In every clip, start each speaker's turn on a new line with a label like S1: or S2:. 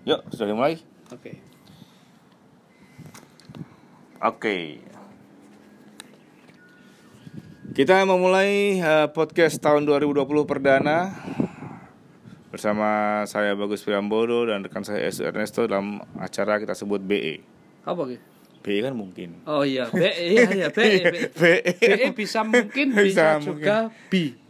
S1: Yuk, sudah dimulai?
S2: Oke.
S1: Oke. Kita memulai podcast tahun 2020 perdana bersama saya Bagus Priambodo dan rekan saya S. Ernesto dalam acara kita sebut BE.
S2: Apa gitu?
S1: BE kan mungkin.
S2: Oh iya, BE. BE bisa mungkin bisa juga B.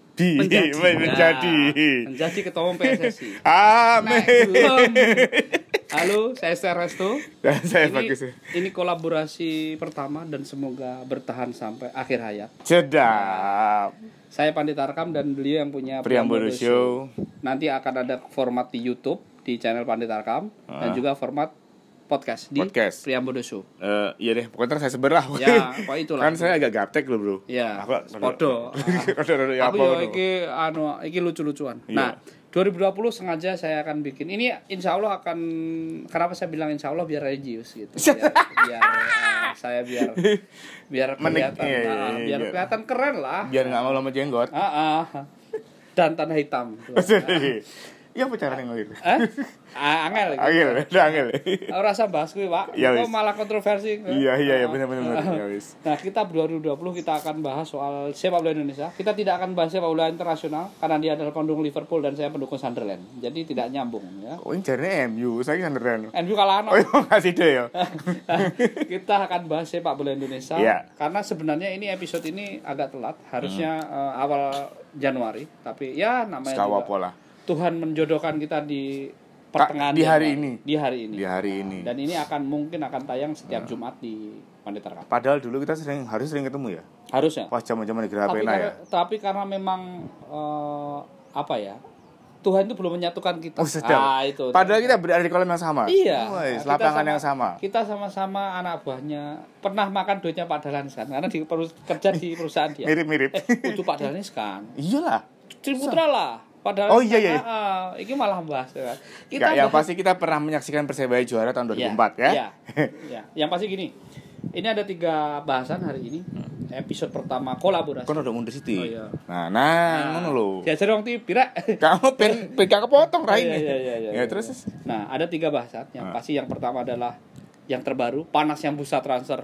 S2: Menjadi ketua umum PSSI.
S1: Amin.
S2: Halo, saya Ernesto.
S1: Dan saya Bagus.
S2: Ini kolaborasi pertama dan semoga bertahan sampai akhir hayat.
S1: Sedap.
S2: Saya Pandit Arkam dan beliau yang punya
S1: Priambodo Show.
S2: Nanti akan ada format di YouTube di channel Pandit Arkam dan juga format podcast di Priambodo Show.
S1: Iya deh, pokoknya saya seberah.
S2: Ya, apa itulah.
S1: Kan saya agak gaptek loh, Bro.
S2: Ya,
S1: podo.
S2: Aku ya iki lucu-lucuan. Nah, 2020 sengaja saya akan bikin. Ini insya Allah akan, kenapa saya bilang insya Allah biar religius gitu. Biar kelihatan, biar kelihatan keren lah.
S1: Biar nggak malu sama jenggot.
S2: Dan tanah hitam.
S1: Iya pacaran yang ngalir.
S2: Angel.
S1: Angel.
S2: Ora usah bahas kuwi, Pak. Kok malah kontroversi.
S1: Iya, benar. Ya wis.
S2: Nah, kita 2020 kita akan bahas soal sepak bola Indonesia. Kita tidak akan bahas sepak bola internasional karena dia adalah pendukung Liverpool dan saya pendukung Sunderland. Jadi tidak nyambung ya.
S1: Oh, ini jarine MU, saya Sunderland.
S2: MU kalah.
S1: Oh, kasih deh ya.
S2: Kita akan bahas sepak bola Indonesia karena sebenarnya ini episode ini agak telat. Harusnya awal Januari, tapi ya namanya juga Tuhan menjodohkan kita di pertengahan
S1: di hari ini.
S2: Dan ini mungkin akan tayang setiap Jumat di Pandit Arkam.
S1: Padahal dulu kita harus sering ketemu ya.
S2: Harusnya.
S1: Pas zaman-zaman di Gerapena ya.
S2: Tapi karena memang Tuhan itu belum menyatukan kita.
S1: Itu. Padahal kita berada di kolam yang sama.
S2: Iya.
S1: Lapangan yang sama.
S2: Kita sama-sama anak buahnya. Pernah makan duitnya Pak Dahlan Iskan karena kerja di perusahaan dia.
S1: Mirip-mirip.
S2: Untuk Pak Dahlan Iskan.
S1: Iyalah.
S2: Triputra lah. Padahal ini malah bahas kan.
S1: Yang pasti kita pernah menyaksikan Persebaya juara tahun 2004 ya.
S2: Iya. Yang pasti gini. Ini ada 3 bahasan hari ini. Episode pertama kolaborasi.
S1: Kan udah mundur situ.
S2: Oh iya.
S1: Nah, ngono lho.
S2: Diajar wong TV rek.
S1: Kamu gak kepotong raine.
S2: Iya.
S1: Terus.
S2: Nah, ada 3 bahasan. Yang pasti yang pertama adalah yang terbaru, panasnya bursa transfer.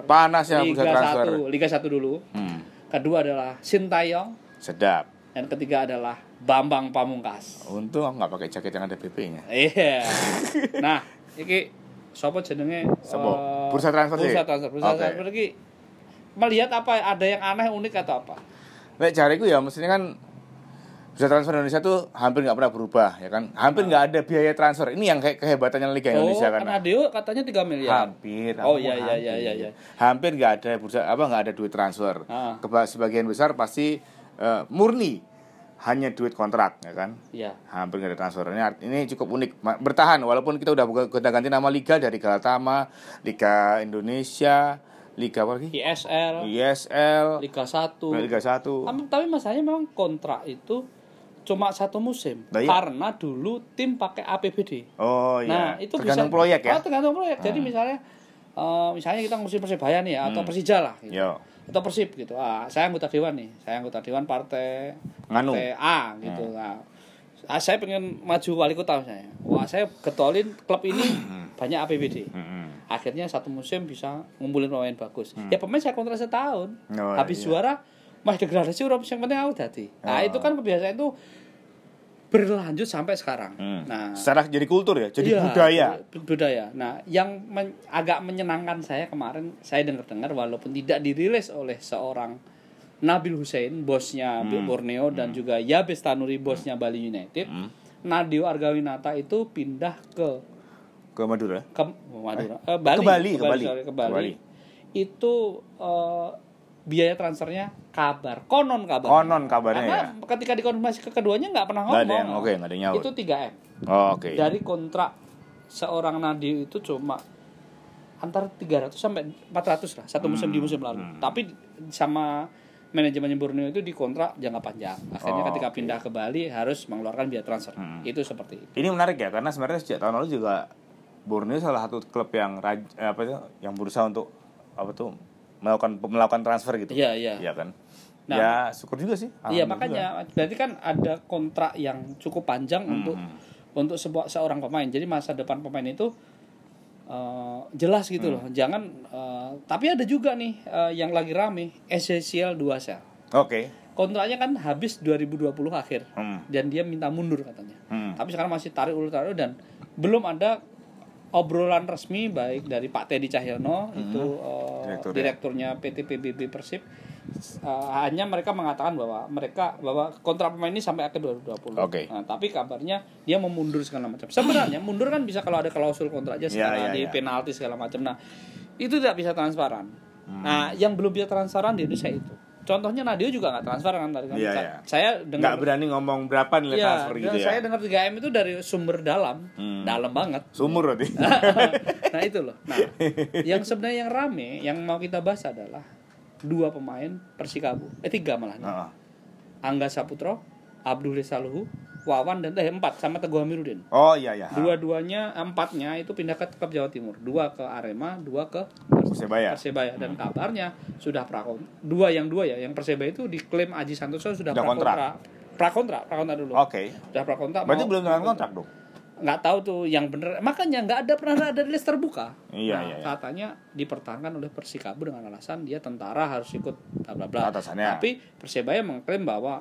S2: Liga 1 dulu. Kedua adalah Sintayong.
S1: Sedap.
S2: Dan ketiga adalah Bambang Pamungkas.
S1: Untung aku nggak pakai jaket yang ada BP-nya.
S2: Iya. Nah, iki sapa jenenge?
S1: Bursa transfer.
S2: Bursa transfer iki melihat apa ada yang aneh unik atau apa?
S1: Nek jariku ya mestinya kan bursa transfer Indonesia tuh hampir nggak pernah berubah ya kan. Hampir nggak ada biaya transfer. Ini yang kehebatannya Liga Indonesia kan.
S2: Oh, Nadeo katanya 3 miliar.
S1: Hampir.
S2: Oh iya.
S1: Hampir nggak ada nggak ada duit transfer. Sebagian besar pasti murni hanya duit kontrak ya kan.
S2: Iya.
S1: Hampir nggak ada transfer. Ini cukup unik bertahan walaupun kita udah gonta-ganti nama liga dari Galatama, Liga Indonesia, Liga apa lagi? ISL,
S2: Liga 1. Tapi masalahnya memang kontrak itu cuma 1 musim. Karena dulu tim pakai APBD.
S1: Oh iya.
S2: Nah, itu
S1: tergantung
S2: bisa
S1: proyek ya.
S2: Tergantung proyek. Jadi misalnya kita ngurusin Persebaya nih atau Persija lah gitu. Atau Persib gitu. Saya anggota dewan nih. Saya anggota dewan partai A gitu. Nah, saya pengen maju wali kota misalnya. Saya getolin klub ini banyak APBD. Akhirnya 1 musim bisa ngumpulin pemain bagus. Ya pemain saya kontrak setahun. Habis juara masih degradasi orang yang penting aku dadi. Nah, itu kan kebiasaan itu berlanjut sampai sekarang. Nah,
S1: secara jadi kultur ya, jadi
S2: budaya. Nah, yang agak menyenangkan saya kemarin saya dengar walaupun tidak dirilis oleh seorang Nabil Hussein, bosnya Borneo dan juga Yabes Tanuri, bosnya Bali United. Nadeo Argawinata itu pindah ke
S1: Madura.
S2: Bali. Itu biaya transfernya konon kabarnya. Karena ketika dikonfirmasi ke keduanya nggak pernah ngomong.
S1: Nggak ada nyawa.
S2: Itu 3M.
S1: Oke.
S2: Dari kontrak seorang Nadeo itu cuma antara 300 sampai 400 lah 1 musim di musim lalu. Tapi sama manajemen Borneo itu dikontrak jangka panjang. Akhirnya ketika pindah ke Bali harus mengeluarkan biaya transfer. Itu seperti itu.
S1: Ini menarik ya karena sebenarnya sejak tahun lalu juga Borneo salah satu klub yang yang berusaha untuk melakukan transfer gitu. Iya kan. Nah, ya syukur juga sih.
S2: Iya makanya berarti kan ada kontrak yang cukup panjang untuk seorang pemain. Jadi masa depan pemain itu jelas gitu loh. Jangan tapi ada juga nih yang lagi rame, Ezekiel Duasel. Kontraknya kan habis 2020 akhir. Dan dia minta mundur katanya. Tapi sekarang masih tarik ulur dan belum ada obrolan resmi baik dari Pak Teddy Cahyono itu direkturnya PT PBB Persib. Hanya mereka mengatakan bahwa kontrak pemain ini sampai akhir 2020. Nah, tapi kabarnya dia mau mundur segala macam. Sebenarnya mundur kan bisa kalau ada klausul kontraknya secara di penalti segala macam. Nah, itu tidak bisa transparan. Nah, yang belum bisa transparan di Indonesia itu. Contohnya Nadio juga nggak transparan kan tadi kan. Saya dengar
S1: nggak berani ngomong berapa nilai transfer gitu ya.
S2: Saya dengar 3M itu dari sumber dalam banget.
S1: Sumur berarti.
S2: Nah, itu loh. Nah, yang sebenarnya yang rame yang mau kita bahas adalah 2 pemain Persikabo. 3 malah nih. Angga Saputro, Abdul Saluhu, Wawan dan 4 sama Teguh Amiruddin.
S1: Iya.
S2: Dua-duanya 4-nya itu pindah ke klub Jawa Timur. 2 ke Arema, 2 ke Persebaya. Dan kabarnya sudah yang Persebaya itu diklaim Aji Santoso sudah prakontrak dulu. Sudah prakontrak.
S1: Berarti belum dengan kontrak dong.
S2: Nggak tahu tuh yang bener, makanya pernah ada list terbuka.
S1: Iya.
S2: Katanya dipertahankan oleh Persikabo dengan alasan dia tentara harus ikut bla bla bla. Tapi Persebaya mengklaim bahwa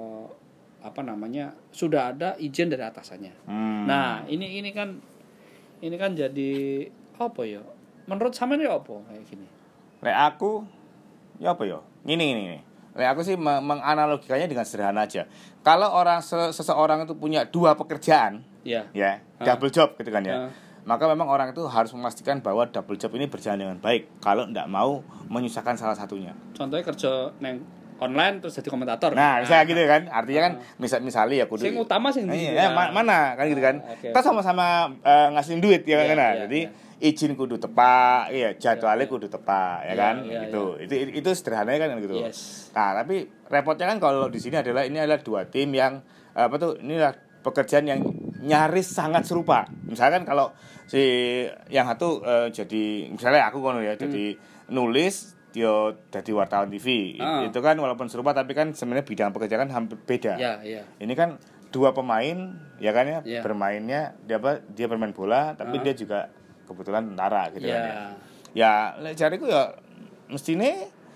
S2: sudah ada izin dari atasannya. Nah, ini kan jadi apa ya? Menurut sama ini apa kayak gini?
S1: Aku ya apa ya? Ini. Aku sih menganalogikannya dengan sederhana aja. Kalau seseorang itu punya 2 pekerjaan, double job gitu kan ya. Maka memang orang itu harus memastikan bahwa double job ini berjalan dengan baik. Kalau tidak mau menyusahkan salah satunya.
S2: Contohnya kerja online terus jadi komentator.
S1: Nah, misalnya gitu kan. Artinya kan misalnya ya kudu.
S2: Sing utama sing ndi?
S1: Mana kan gitu kan. Kita sama-sama ngasihin duit ya kan. Jadi izin kudu tepak, jadwalnya kudu tepak, ya kan, gitu. Itu sederhananya kan gitu. Nah, tapi repotnya kan kalau di sini ini adalah 2 tim yang inilah pekerjaan yang nyaris sangat serupa. Misalkan kalau si yang satu jadi misalnya aku jadi nulis, dia jadi wartawan TV. Itu kan walaupun serupa tapi kan sebenarnya bidang pekerjaan hampir beda. Ini kan 2 pemain ya kan ya, bermainnya dia bermain bola tapi dia juga kebetulan tentara gitu kan ya. Cariku ya mestinya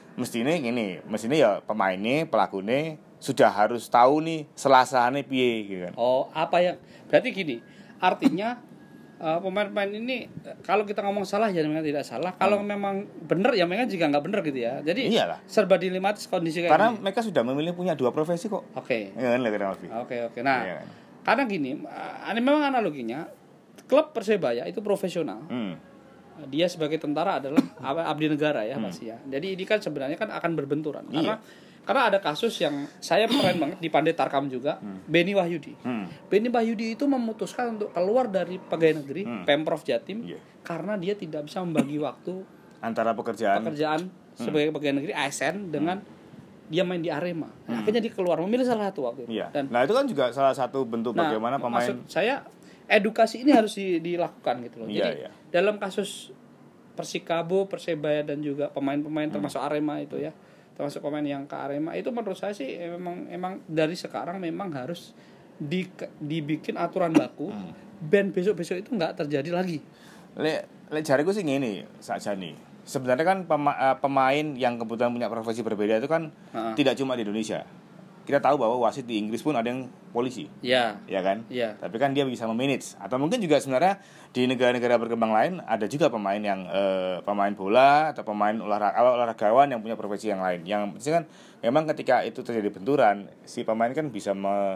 S1: ya pemainnya pelakune sudah harus tahu nih selasane piye gitu kan.
S2: Berarti gini, artinya pemain-pemain ini kalau kita ngomong salah ya memang tidak salah, kalau memang benar ya memang juga nggak benar gitu ya. Jadi serba dilematis kondisi kayak
S1: karena mereka sudah memilih punya 2 profesi kok.
S2: Oke. Nah, karena gini, memang analoginya klub Persebaya itu profesional. Dia sebagai tentara adalah abdi negara ya pasti ya. Jadi ini kan sebenarnya kan akan berbenturan karena ada kasus yang saya keren banget di Pandai Tarkam juga, Beni Wahyudi. Beni Wahyudi itu memutuskan untuk keluar dari pegawai negeri Pemprov Jatim karena dia tidak bisa membagi waktu
S1: antara pekerjaan
S2: sebagai pegawai negeri ASN dengan dia main di Arema. Akhirnya dia keluar memilih salah satu waktu itu.
S1: Nah, itu kan juga salah satu bentuk bagaimana pemain.
S2: Maksud saya edukasi ini harus dilakukan gitu loh. Jadi dalam kasus Persikabo, Persebaya dan juga pemain-pemain termasuk Arema itu ya, termasuk pemain yang ke Arema itu menurut saya sih memang dari sekarang memang harus dibikin aturan baku ben besok-besok itu nggak terjadi lagi.
S1: Jariku sih gini saja nih. Sebenarnya kan pemain yang kebetulan punya profesi berbeda itu kan tidak cuma di Indonesia. Kita tahu bahwa wasit di Inggris pun ada yang polisi, ya kan? Tapi kan dia bisa memanage. Atau mungkin juga sebenarnya di negara-negara berkembang lain ada juga pemain yang pemain bola atau pemain olahragawan yang punya profesi yang lain. Yang kan memang ketika itu terjadi benturan, si pemain kan bisa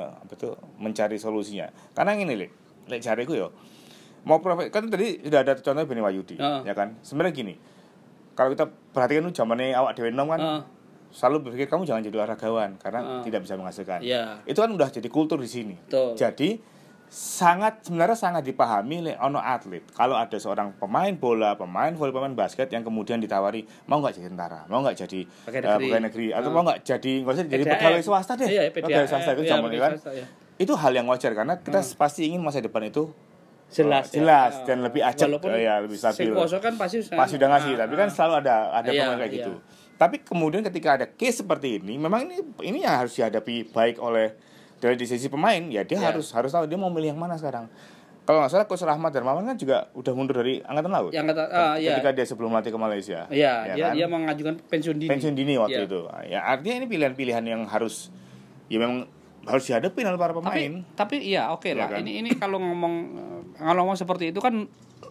S1: mencari solusinya. Karena ini cariku yo, mau profesi kan tadi sudah ada contoh Beni Wahyudi, ya kan? Sebenarnya gini, kalau kita perhatikan tuh zamannya awak dhewe nom kan. Selalu berpikir kamu jangan jadi olahragawan karena tidak bisa menghasilkan. Itu kan udah jadi kultur di sini. Jadi sebenarnya sangat dipahami oleh atlet. Kalau ada seorang pemain bola, pemain voli, pemain basket yang kemudian ditawari mau nggak jadi tentara, mau nggak jadi pegawai negeri, atau mau nggak jadi pegawai swasta deh. Pegawai swasta itu zaman kan. Itu hal yang wajar karena kita pasti ingin masa depan itu jelas dan lebih ajak, lebih stabil.
S2: Kan pasti
S1: udah ngasih, tapi kan selalu ada pemain kayak gitu. Tapi kemudian ketika ada case seperti ini, memang ini yang harus dihadapi baik oleh dari sisi pemain ya dia harus tahu dia mau milih yang mana sekarang. Kalau nggak salah Coach Rahmat Darmawan kan juga udah mundur dari Angkatan Laut. Ketika dia sebelum melatih ke Malaysia.
S2: Iya, dia mengajukan pensiun dini.
S1: Pensiun dini waktu itu. Ya artinya ini pilihan-pilihan yang harus ya memang harus dihadapi oleh para pemain.
S2: Tapi iya oke lah. Kan? Ini kalau ngomong seperti itu kan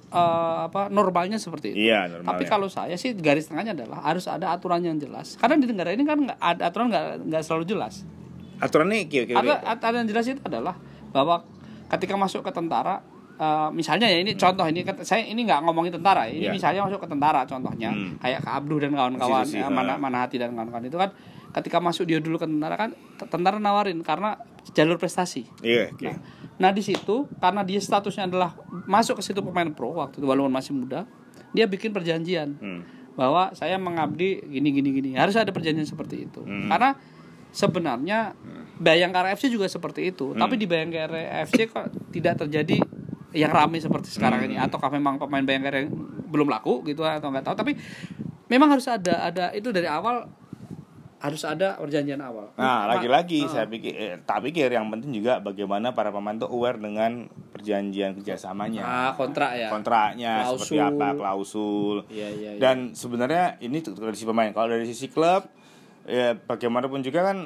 S2: normalnya seperti itu.
S1: Iya, normalnya.
S2: Tapi kalau saya sih garis tengahnya adalah harus ada aturan yang jelas. Karena di negara ini kan aturan nggak selalu jelas.
S1: Aturannya
S2: aturan yang jelas itu adalah bahwa ketika masuk ke tentara, misalnya ya ini contoh ini saya ini nggak ngomongin tentara, ini misalnya masuk ke tentara contohnya, kayak ke Abduh dan kawan-kawan, mana hati dan kawan-kawan itu kan, ketika masuk dia dulu ke tentara kan, tentara nawarin karena jalur prestasi. Nah di situ karena dia statusnya adalah masuk ke situ pemain pro waktu itu walaupun masih muda, dia bikin perjanjian bahwa saya mengabdi gini, harus ada perjanjian seperti itu, karena sebenarnya Bayangkara FC juga seperti itu, tapi di Bayangkara FC kok tidak terjadi yang ramai seperti sekarang ini, ataukah memang pemain Bayangkara yang belum laku gitu atau nggak tahu, tapi memang harus ada itu dari awal, harus ada perjanjian awal.
S1: Nah, lagi-lagi saya pikir yang penting juga bagaimana para pemain itu aware dengan perjanjian kerjasamanya. Kontraknya klausul. Seperti apa, klausul.
S2: Iya.
S1: Dan sebenarnya ini dari sisi pemain. Kalau dari sisi klub ya bagaimanapun juga kan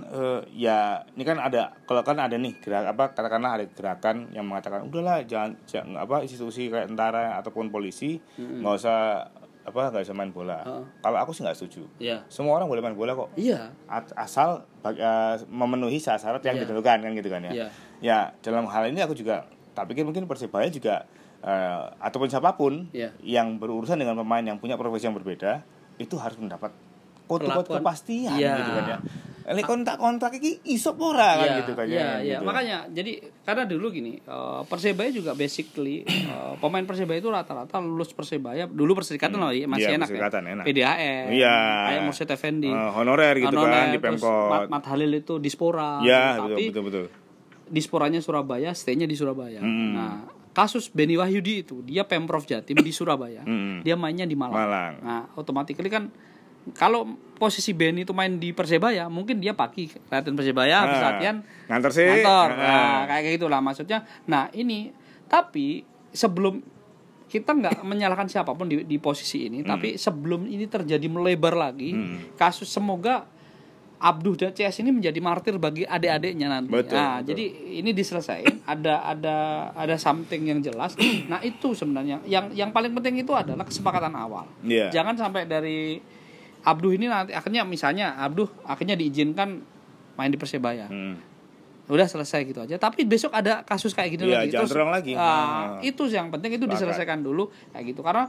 S1: ya ini kan ada, kalau kan ada nih katakanlah ada gerakan yang mengatakan udahlah jangan institusi kayak tentara ataupun polisi nggak usah main bola. Kalau aku sih nggak setuju. Semua orang boleh main bola kok. Asal memenuhi syarat yang ditentukan kan gitu kan ya. Ya dalam hal ini aku juga tak pikir mungkin Persebaya juga ataupun siapapun yang berurusan dengan pemain yang punya profesi yang berbeda itu harus mendapat kepastian gitu kan ya. Kontrak iki iso ora kan gitu kan ya.
S2: Gitu. Makanya jadi karena dulu gini, Persebaya juga basically pemain Persebaya itu rata-rata lulus Persebaya, dulu Perserikatan masih enak ya. PDHM. Kayak Mursyid Effendi.
S1: Honorer gitu kan di Pemkot.
S2: Mat Halil itu Dispora.
S1: Tapi betul.
S2: Disporanya Surabaya, stay-nya di Surabaya. Nah, kasus Beni Wahyudi itu dia Pemprov Jatim di Surabaya. Dia mainnya di Malang. Nah, automatically kan kalau posisi Beni itu main di Persebaya, mungkin dia pagi latihan Persebaya, habis latihan
S1: ngantor.
S2: Nah, kayak gitulah maksudnya. Nah, ini tapi sebelum kita nggak menyalahkan siapapun di posisi ini, tapi sebelum ini terjadi melebar lagi, kasus semoga Abduh dan CS ini menjadi martir bagi adik-adiknya nanti. Betul. Jadi ini diselesaikan, ada something yang jelas. Nah, itu sebenarnya yang paling penting itu adalah kesepakatan awal. Jangan sampai dari Abduh ini nanti akhirnya misalnya Abduh akhirnya diizinkan main di Persebaya. Udah selesai gitu aja. Tapi besok ada kasus kayak gini lagi.
S1: Jangan terang lagi.
S2: Itu yang penting itu diselesaikan dulu kayak gitu. Karena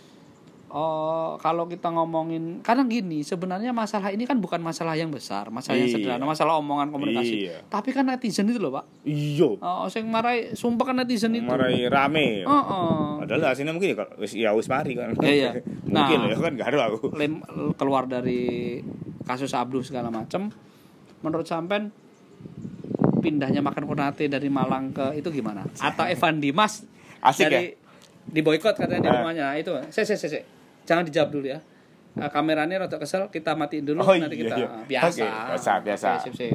S2: kalau kita ngomongin, karena gini sebenarnya masalah ini kan bukan masalah yang besar, masalah yang sederhana, masalah omongan komunikasi. Tapi kan netizen itu loh Pak.
S1: Iya.
S2: Sing marai sumpah kan netizen itu.
S1: Marai rame. Padahal hasilnya mungkin wis mari kan.
S2: Iya.
S1: Mungkin ya kan enggak ada aku.
S2: Keluar dari kasus Abduh segala macam. Menurut sampean pindahnya Makan Konate dari Malang ke itu gimana? Atau Evan Dimas
S1: asik
S2: dari diboikot katanya di rumahnya itu. Jangan dijawab dulu ya. Kameranya rada kesel, kita matiin dulu nanti kita biasa.
S1: Oke,
S2: sip.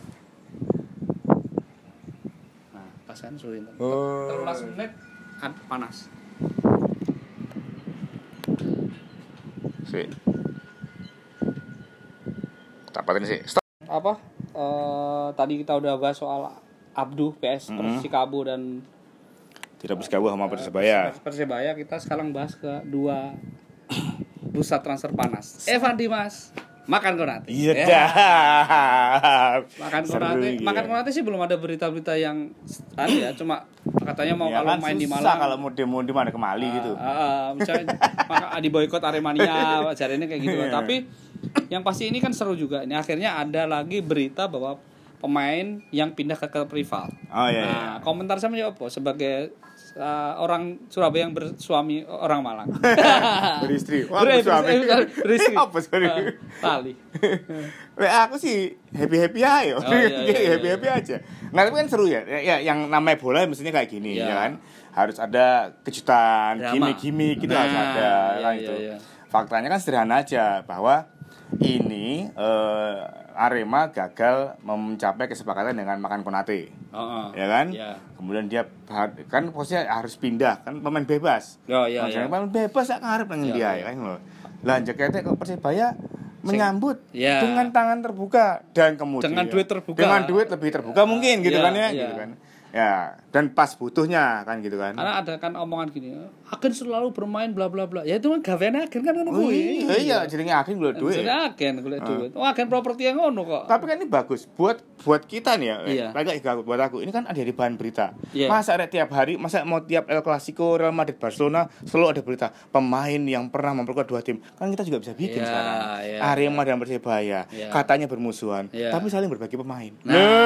S2: Nah, pas kan suruh internet. 13 menit panas.
S1: Sip. Tapatin sih. Stop.
S2: Tadi kita udah bahas soal Abduh PS Persikabo dan
S1: tidak Persikabo sama Persebaya.
S2: Persebaya, kita sekarang bahas ke dua bursa transfer panas. Evan Dimas, Makan Konate.
S1: Iya.
S2: Makan Konate sih belum ada berita-berita yang ya, cuma katanya mau kalau main di Malang.
S1: Kalau mau demo di mana ke Mali gitu.
S2: Misalnya diboikot Aremania, caranya kayak gitu. Tapi yang pasti ini kan seru juga. Ini akhirnya ada lagi berita bahwa pemain yang pindah ke klub rival. Nah, komentar saya apa sebagai orang Surabaya yang bersuami orang Malang.
S1: Beristri.
S2: Beristri.
S1: Apa sorry?
S2: Tali.
S1: Aku sih happy aja. Happy aja. Nah, tapi kan seru ya. Yang namanya bola mestinya kayak gini ya kan. Harus ada kejutan, gimmick gitu harus ada kan itu. Faktanya kan sederhana aja bahwa ini Arema gagal mencapai kesepakatan dengan Makan Konate. Ya kan? Yeah. Kemudian dia kan posisinya harus pindah, kan pemain bebas. Pemain bebas sak ngarep nang dia ya kan lho. Lah jakete kok Persebaya menyambut dengan tangan terbuka dan kemudian
S2: dengan duit terbuka.
S1: Dengan duit lebih terbuka mungkin gitu kan ya, gitu kan. Ya, dan pas butuhnya kan gitu kan.
S2: Karena ada kan omongan gini, agen selalu bermain bla bla bla. Ya itu kan gaweane agen kan ngono kuwi.
S1: Iya, jenenge agen golek duit.
S2: Jenenge agen golek duit. Oh, agen properti yang ngono kok.
S1: Tapi kan ini bagus buat kita nih ya. Lagi buat aku. Ini kan ada di bahan berita. Masa ada tiap hari, masa mau tiap El Clasico Real Madrid Barcelona selalu ada berita pemain yang pernah memperkuat dua tim. Kan kita juga bisa bikin sekarang. Arema dan Persebaya katanya bermusuhan, tapi saling berbagi pemain.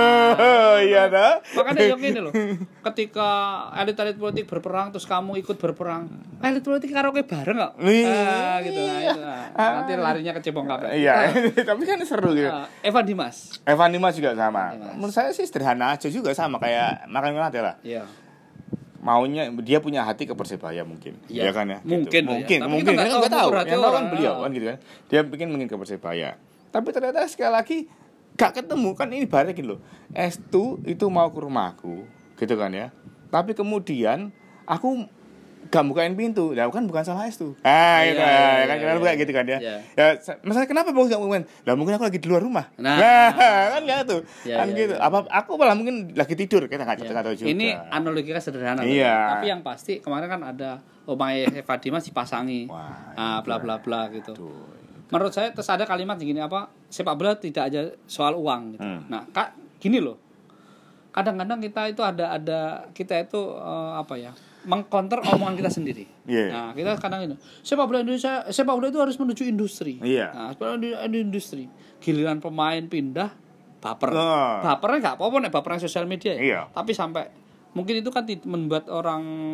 S1: Iya dah.
S2: Makanya yang ini loh, ketika elit-elit politik berperang terus kamu ikut berperang, elit politik karaoke bareng kok, gitu nanti larinya ke cebong kabeh.
S1: Iya, tapi kan seru gitu.
S2: Evan Dimas
S1: juga sama. Menurut saya sih sederhana aja juga, sama kayak Makan Konate lah. Iya. Maunya dia punya hati ke Persebaya mungkin, ya kan ya.
S2: Mungkin
S1: kan nggak tahu. Yang tahu kan beliau kan gitu kan. Dia mungkin ke Persebaya. Tapi ternyata sekali lagi gak ketemu kan, ini balik loh. Estu itu mau ke rumahku gitu kan ya, tapi kemudian aku gak bukain pintu, lah kan bukan salah Estu. Gitu kan, kenapa buka gitu kan ya. Ya masalah kenapa bagus gak bukain? Lah mungkin aku lagi di luar rumah. Nah kan ya tuh. Kan gitu. Apa aku malah mungkin lagi tidur, kita nggak tahu juga.
S2: Ini analoginya sederhana. Tapi yang pasti kemarin kan ada omahe Evan Dimas dipasangi. Bla bla bla gitu. Menurut saya terus ada kalimat gini, apa, sepak bola tidak aja soal uang gitu. Nah, gini loh. Kadang-kadang kita itu kita itu mengcounter omongan kita sendiri. Nah, kita kadang itu sepak bola itu harus menuju industri. Nah, sepak bola industri. Giliran pemain pindah baper. Bapernya enggak apa-apa nek bapernya sosial media ya. Tapi sampai mungkin itu kan membuat orang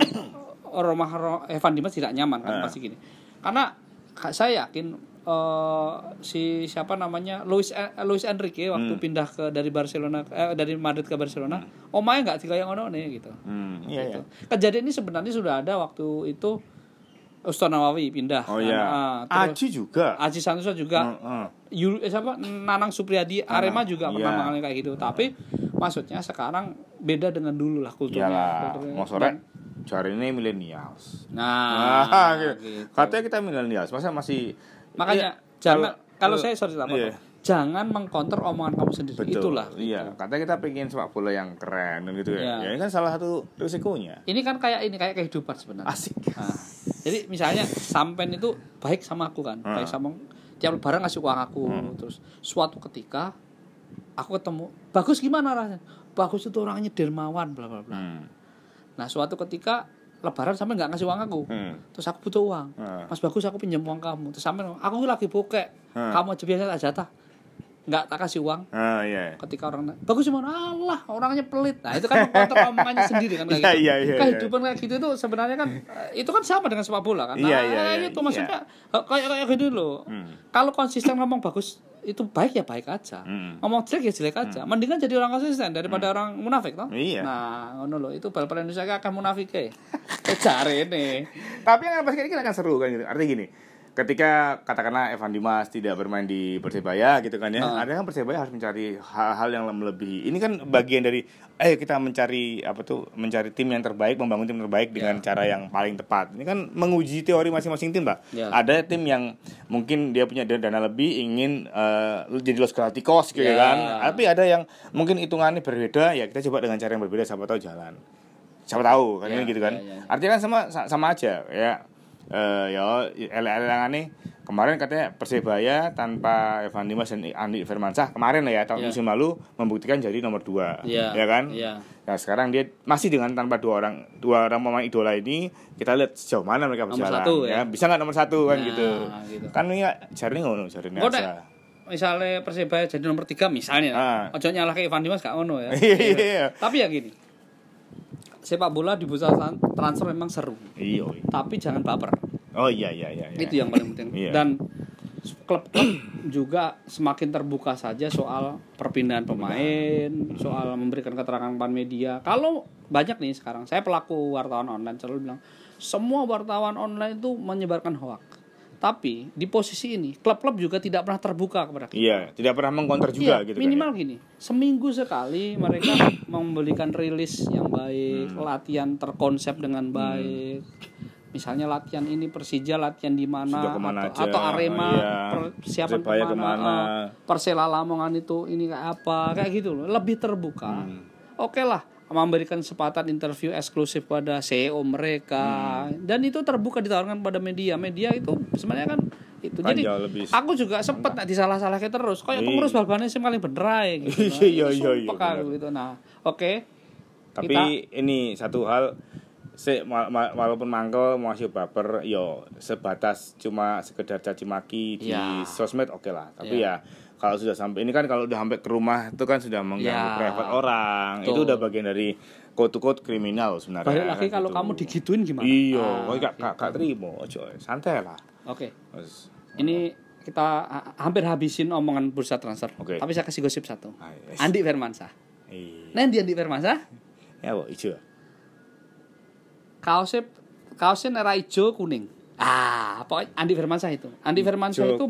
S2: Evan Dimas tidak nyaman kan pasti gini. Karena saya yakin si siapa namanya Luis Enrique waktu pindah dari Barcelona dari Madrid ke Barcelona, omae enggak dikaya ngono nih gitu. Gitu. Kejadian ini sebenarnya sudah ada waktu itu Ustaz Nawawi pindah.
S1: Aji juga.
S2: Aji Santoso juga. Siapa Nanang Supriyadi Arema juga pernah mengalami kayak gitu. Tapi maksudnya sekarang beda dengan dulu lah kulturnya.
S1: Mau sore cari ini millennials. Gitu. Katanya kita millennials, masa masih.
S2: Makanya jangan kalau saya jangan mengcounter omongan kamu sendiri.
S1: Betul,
S2: itulah.
S1: Iya, gitu. Katanya kita pengen sepak bola yang keren dan gitu ya. Ya ini kan salah satu risikonya.
S2: Ini kan kayak kehidupan sebenarnya.
S1: Asik.
S2: Jadi misalnya sampean itu baik sama aku kan, baik sama tiap lebaran ngasih uang aku, terus suatu ketika aku ketemu, Bagus gimana rasanya? Bagus itu orangnya dermawan bla bla bla. Nah, suatu ketika lebaran sampai nggak ngasih uang aku, terus aku butuh uang, Mas Bagus aku pinjam uang kamu, terus sampai aku lagi bokek, kamu aja biasa tak jatah, nggak tak kasih uang. Ketika orang Bagus gimana? Allah orangnya pelit. Nah itu kan mengkontrol omongannya sendiri kan kayak gitu. Kehidupan kayak gitu itu sebenarnya kan itu kan sama dengan sepak bola kan. Itu maksudnya kayak gitu loh. Kalau konsisten ngomong bagus itu baik ya baik aja, ngomong jelek ya jelek aja. Mendingan jadi orang konsisten daripada orang munafik toh. Nah ngono loh, itu bal-bal Indonesia akan munafik cari ini.
S1: Tapi yang basket ini kan akan seru kan gitu. Artinya gini, ketika katakanlah Evan Dimas tidak bermain di Persebaya gitu kan ya, ada kan Persebaya harus mencari hal-hal yang melebihi. Ini kan bagian dari kita mencari tim yang terbaik, membangun tim terbaik dengan cara yang paling tepat. Ini kan menguji teori masing-masing tim, Pak. Ada tim yang mungkin dia punya dana lebih, ingin jadi Los Galacticos gitu kan. Tapi ada yang mungkin hitungannya berbeda, ya kita coba dengan cara yang berbeda, siapa tahu jalan. Siapa tahu kan ini gitu kan. Artinya kan sama aja ya. Eleng-elengane kemarin katanya Persebaya tanpa Evan Dimas dan Andi Firmansyah kemarin ya tahun musim lalu membuktikan jadi nomor 2 ya kan. Nah sekarang dia masih dengan tanpa dua orang pemain idola ini, kita lihat sejauh mana mereka berjalan bisa nggak nomor 1 kan gitu. Kan ini jarine ngono jarine aja.
S2: Misalnya Persebaya jadi nomor 3 misalnya, ojo nyalahke Evan Dimas gak ngono ya. Tapi ya gini, sepak bola di bursa transfer memang seru. Tapi jangan baper. Iya. Itu yang paling penting. Dan klub-klub juga semakin terbuka saja soal perpindahan pemain, soal memberikan keterangan depan media. Kalau banyak nih sekarang, saya pelaku wartawan online selalu bilang, semua wartawan online itu menyebarkan hoax. Tapi di posisi ini klub-klub juga tidak pernah terbuka kepada kita.
S1: Iya, tidak pernah mengkonter juga gitu
S2: minimal
S1: kan.
S2: Gini, seminggu sekali mereka memberikan rilis yang baik, latihan terkonsep dengan baik. Misalnya latihan ini Persija latihan di mana atau Arema persiapan kemana, Persela Lamongan itu ini kayak apa, kayak gitu loh. Lebih terbuka. Oke lah, memberikan kesempatan interview eksklusif pada CEO mereka dan itu terbuka ditawarkan pada media itu sebenarnya kan itu. Jadi aku juga sempat disalah-salahkan terus kayak pengurus bal-balan sing paling bener ae gitu.
S1: Iya
S2: gitu. Nah, oke.
S1: Tapi ini satu hal walaupun mangkel mau ngasih baper yo sebatas cuma sekedar caci maki di sosmed oke lah. Tapi ya kalau sudah sampai ini kan kalau udah sampai ke rumah itu kan sudah mengganggu private orang. Tuh. Itu udah bagian dari quote to quote kriminal sebenarnya.
S2: Balik lagi kalau kamu digituin gimana?
S1: Iya, gak terima, coy. Santai lah.
S2: Oke. Ini kita hampir habisin omongan bursa transfer. Tapi saya kasih gosip satu. Andi Firmansyah. Nanti Andi Firmansyah?
S1: Ya, kok ijo.
S2: Kaosnya merah hijau kuning. Pokoknya Andi Firmansyah itu. Andi Firmansyah itu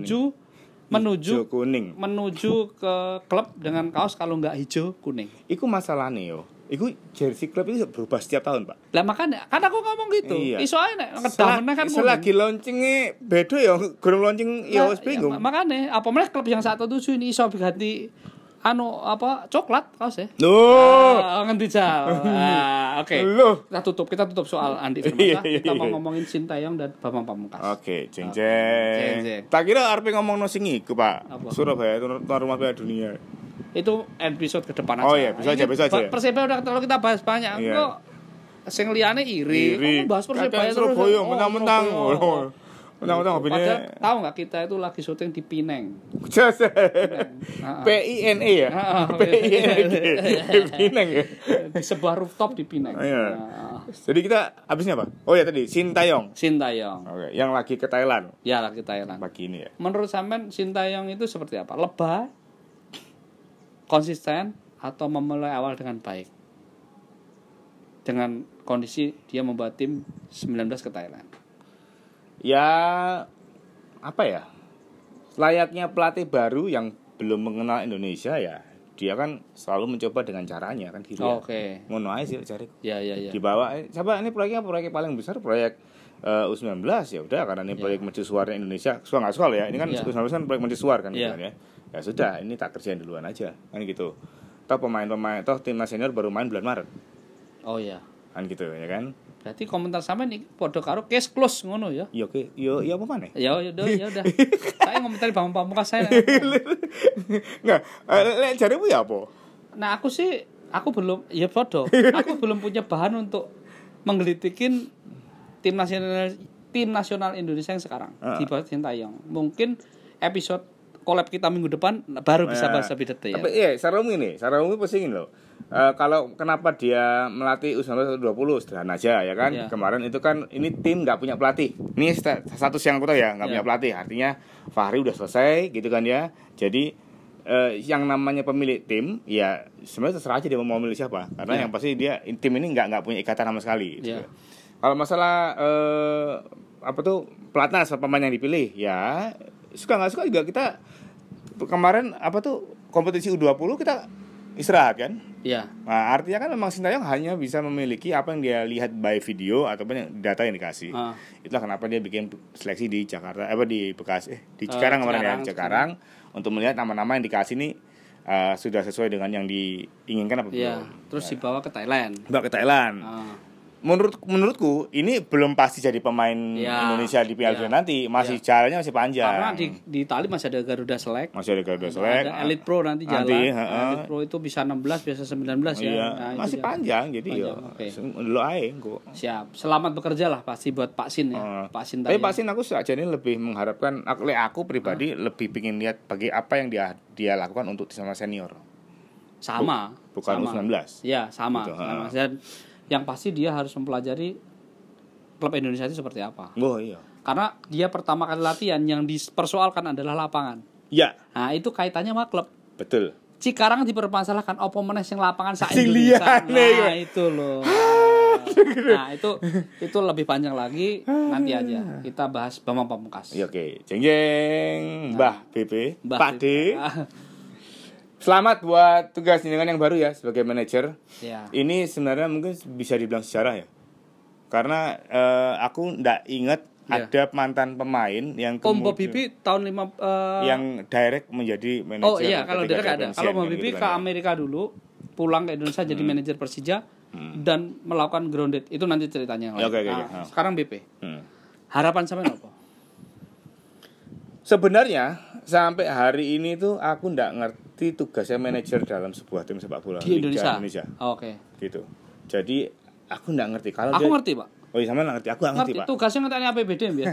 S2: menuju ke klub dengan kaos kalau nggak hijau kuning.
S1: Iku masalahnya yo. Iku jersey klub itu berubah setiap tahun, Pak.
S2: Lah makanya kan aku ngomong gitu.
S1: Iya.
S2: Iso ae nek kedah meneh kan
S1: selagi launching-e beda ya, gurung launching ya wis bingung.
S2: Makanya apa meneh klub yang 107 ini iso diganti coklat kaosnya. Ngendi jal. Oke. Kita tutup soal Andi Firmansyah. Kita mau ngomongin Sintayong dan Bambang Pamungkas.
S1: Oke, jeng. Tak kira arep ngomongno sing iku, Pak. Surabaya tuan rumah Piala Dunia.
S2: Itu episode ke depan aja.
S1: Oh iya, bisa aja.
S2: Persebaya udah terlalu kita bahas banyak. Kok sing liyane iri. Kamu bahas Persebaya terus.
S1: Surabaya mentang-mentang. Mentang-mentang
S2: padahal tahu enggak kita itu lagi syuting di Pineng.
S1: PINE ya? Pineng ya.
S2: Di sebuah rooftop di Pineng.
S1: Jadi kita habisnya apa? Oh ya tadi Sintayong. Oke, yang lagi ke Thailand.
S2: Ya, lagi Thailand.
S1: Pagi ini ya.
S2: Menurut sampean Sintayong itu seperti apa? Lebay, konsisten atau memulai awal dengan baik? Dengan kondisi dia membawa tim 19 ke Thailand.
S1: Ya apa ya? Layaknya pelatih baru yang belum mengenal Indonesia ya, dia kan selalu mencoba dengan caranya kan gitu.
S2: Oke.
S1: Ngono ae sih cari.
S2: Ya.
S1: Dibawa coba ini proyeknya proyek paling besar proyek U19 ya udah karena ini proyek mercusuarnya Indonesia. Suka enggak soal ya. Ini kan U19 kan proyek mercusuar kan gitu kan ya. Ya sudah, ini tak kerjain duluan aja kan gitu. Toh pemain-pemain timnas senior baru main bulan Maret.
S2: Oh iya.
S1: Kan gitu ya kan.
S2: Berarti komentar sampean iki padha karo case close ngono ya.
S1: Ya oke. Ya apa maneh?
S2: Ya udah. Saya ngomentari Bambang Pamungkas saya.
S1: Enggak, lek jaremu ya apa?
S2: Nah, aku belum punya bahan untuk menggelitikin tim nasional Indonesia yang sekarang di bawah Sintayong. Mungkin episode collab kita minggu depan baru bisa bahas lebih detail.
S1: Tapi Saramu pusingin loh. Kalau kenapa dia melatih U19 20 sederhana aja ya kan. Kemarin itu kan ini tim nggak punya pelatih. Ini status yang aku tahu ya nggak punya pelatih. Artinya Fahri udah selesai gitu kan ya. Jadi yang namanya pemilik tim ya sebenarnya terserah aja dia mau milih siapa. Karena yang pasti dia tim ini nggak punya ikatan sama sekali. Gitu. Kalau masalah pelatnas pemain yang dipilih ya suka nggak suka juga kita kemarin kompetisi U20 kita istirahat kan?
S2: Iya.
S1: Nah, artinya kan memang Sintayong hanya bisa memiliki apa yang dia lihat by video ataupun data yang dikasih. Itulah kenapa dia bikin seleksi di Jakarta, di Bekasi, di Cikarang kemarin ya, Cikarang untuk melihat nama-nama yang dikasih ini sudah sesuai dengan yang diinginkan apa belum.
S2: Iya. Terus dibawa ke Thailand.
S1: Menurutku ini belum pasti jadi pemain Indonesia di Piala Dunia nanti, masih jalannya masih panjang.
S2: Karena di Itali masih ada Garuda Select.
S1: Ada
S2: Elite Pro nanti jalan. Elite Pro itu bisa 16 biasa 19 ya.
S1: Nah, masih panjang jadi dulu ae kok.
S2: Siap. Selamat bekerja lah pasti buat Pak Sin ya. Pak Sin.
S1: Tapi Pak Sin aku saja ini lebih mengharapkan aku pribadi lebih pingin lihat bagi apa yang dia lakukan untuk sama senior.
S2: Sama.
S1: Bukan U19.
S2: Iya, sama.
S1: Gitu,
S2: Dan yang pasti dia harus mempelajari klub Indonesia itu seperti apa.
S1: Oh iya.
S2: Karena dia pertama kali latihan yang dipersoalkan adalah lapangan.
S1: Iya.
S2: Nah, itu kaitannya sama klub.
S1: Betul.
S2: Cikarang dipermasalahkan opo meneh sing lapangan sak Indonesia. Nah, itu loh. Nah, itu lebih panjang lagi, nanti aja kita bahas Bambang Pamungkas.
S1: Ya, oke. Jeng jeng Mbah BP, Pak D. Selamat buat tugas dengan yang baru ya sebagai manajer.
S2: Ya.
S1: Ini sebenarnya mungkin bisa dibilang sejarah ya. Karena aku nggak ingat ada mantan pemain yang
S2: Om Bob Bibi tahun
S1: yang direct menjadi manajer.
S2: Oh iya, kalau direct ada. Kalau Bob Bibi ke Amerika dulu, pulang ke Indonesia jadi manajer Persija dan melakukan grounded. Itu nanti ceritanya yang lain.
S1: Okay.
S2: Sekarang BP. Harapan sampean apa?
S1: Sebenarnya sampai hari ini tuh aku nggak ngerti tugasnya manajer dalam sebuah tim sepak bola
S2: di Indonesia.
S1: Oke. Gitu. Jadi aku nggak ngerti. Kalau
S2: aku ngerti, Pak.
S1: Oh iya, sama ngerti. Aku nggak ngerti, Pak.
S2: Tugasnya ngerti APBD ya.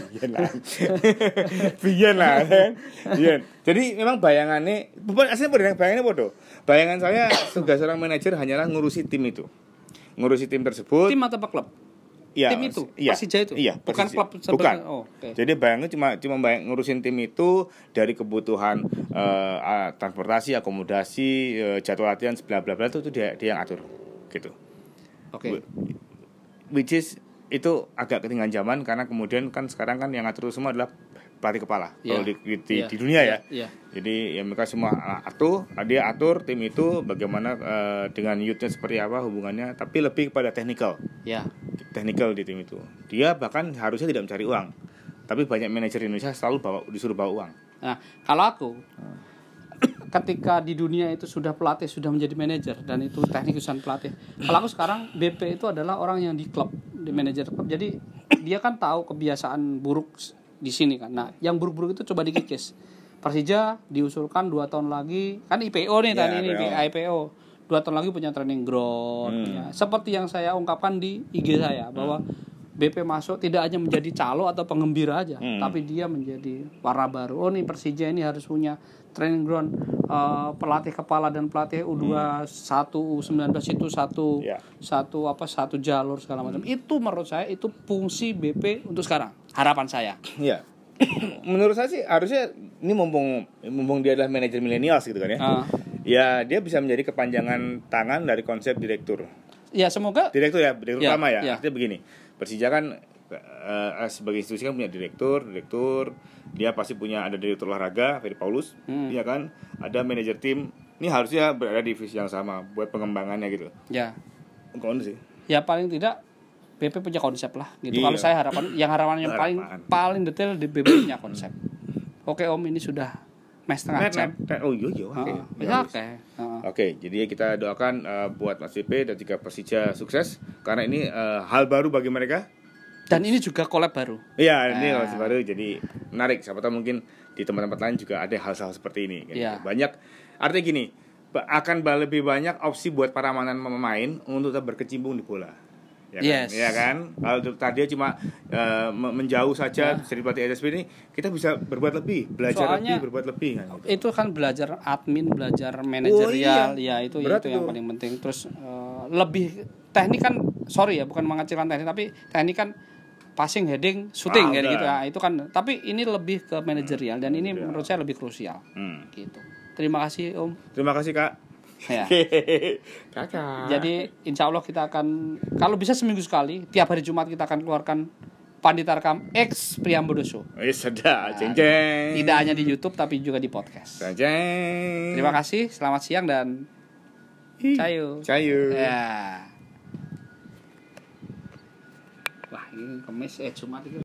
S1: Biyen lah. Jadi memang bayangannya, aslinya bayangannya bodoh. Bayangan saya tugas seorang manajer hanyalah ngurusi tim itu. Ngurusi tim tersebut.
S2: Tim atau klub?
S1: Ya,
S2: tim itu,
S1: iya,
S2: Persija itu,
S1: iya,
S2: bukan
S1: Persija.
S2: Klub sebenarnya.
S1: Bukan. Oh, okay. Jadi bayangnya cuma ngurusin tim itu dari kebutuhan transportasi, akomodasi, jadwal latihan, bla bla bla itu dia yang atur, gitu.
S2: Oke.
S1: Which is itu agak ketinggalan zaman karena kemudian kan sekarang kan yang atur semua adalah pelatih kepala kalau di dunia ya. Jadi ya mereka semua dia atur tim itu bagaimana dengan youth-nya seperti apa hubungannya, tapi lebih kepada technical. Technical di tim itu. Dia bahkan harusnya tidak mencari uang. Tapi banyak manajer di Indonesia selalu disuruh bawa uang.
S2: Nah, kalau aku ketika di dunia itu sudah pelatih sudah menjadi manajer dan itu teknikusan pelatih. Kalau aku sekarang BP itu adalah orang yang di klub, di manajer klub. Jadi dia kan tahu kebiasaan buruk di sini kan. Nah, yang buruk-buruk itu coba dikikis. Persija diusulkan 2 tahun lagi, kan IPO nih tadi ini IPO. 2 tahun lagi punya training ground. Ya. Seperti yang saya ungkapkan di IG saya bahwa BP masuk tidak hanya menjadi calo atau penggembira aja, tapi dia menjadi warna baru. Oh nih Persija ini harus punya training ground, pelatih kepala dan pelatih U21, U19 itu satu jalur segala macam. Itu menurut saya itu fungsi BP untuk sekarang. Harapan saya.
S1: Iya. Menurut saya sih harusnya ini mumpung dia adalah manajer milenials gitu kan ya. Ya dia bisa menjadi kepanjangan tangan dari konsep direktur.
S2: Ya semoga
S1: direktur utama ya. Artinya begini, Persija kan sebagai institusi kan punya direktur, dia pasti ada direktur olahraga Ferry Paulus, ya kan, ada manajer tim. Ini harusnya berada di divisi yang sama buat pengembangannya gitu.
S2: Ya.
S1: Kalau sih.
S2: Ya paling tidak BP punya konsep lah gitu. Kalau saya harapan yang paling detail di BP punya konsep. Oke Om, ini sudah setengah jam.
S1: Oh iya. Oke, jadi kita doakan buat Mas BP dan juga Persija sukses karena ini hal baru bagi mereka.
S2: Dan ini juga collab baru.
S1: Iya, ini collab baru jadi menarik. Siapa tahu mungkin di tempat-tempat lain juga ada hal-hal seperti ini. Gitu. Banyak, artinya gini, akan lebih banyak opsi buat para mantan pemain untuk tetap berkecimpung di bola. Ya kan? Kalau tadi cuma menjauh saja dari pelatih SSB ini, kita bisa berbuat lebih, berbuat lebih kan, gitu.
S2: Itu kan belajar admin, belajar manajerial, itu yang paling penting. Terus lebih teknik kan, bukan mengecilkan teknik, tapi teknik kan passing, heading, shooting gitu. Nah, itu kan, tapi ini lebih ke manajerial dan ini menurut saya lebih krusial. Gitu. Terima kasih Om.
S1: Terima kasih Kak.
S2: Ya.
S1: Kakak.
S2: Jadi insya Allah kita akan, kalau bisa seminggu sekali, tiap hari Jumat kita akan keluarkan Pandita Rekam X Priambodo.
S1: Sudah, jeng-jeng.
S2: Tidak hanya di YouTube tapi juga di podcast.
S1: Jeng.
S2: Terima kasih, selamat siang dan cayu. Ya. Wah, ini Kamis Jumat itu.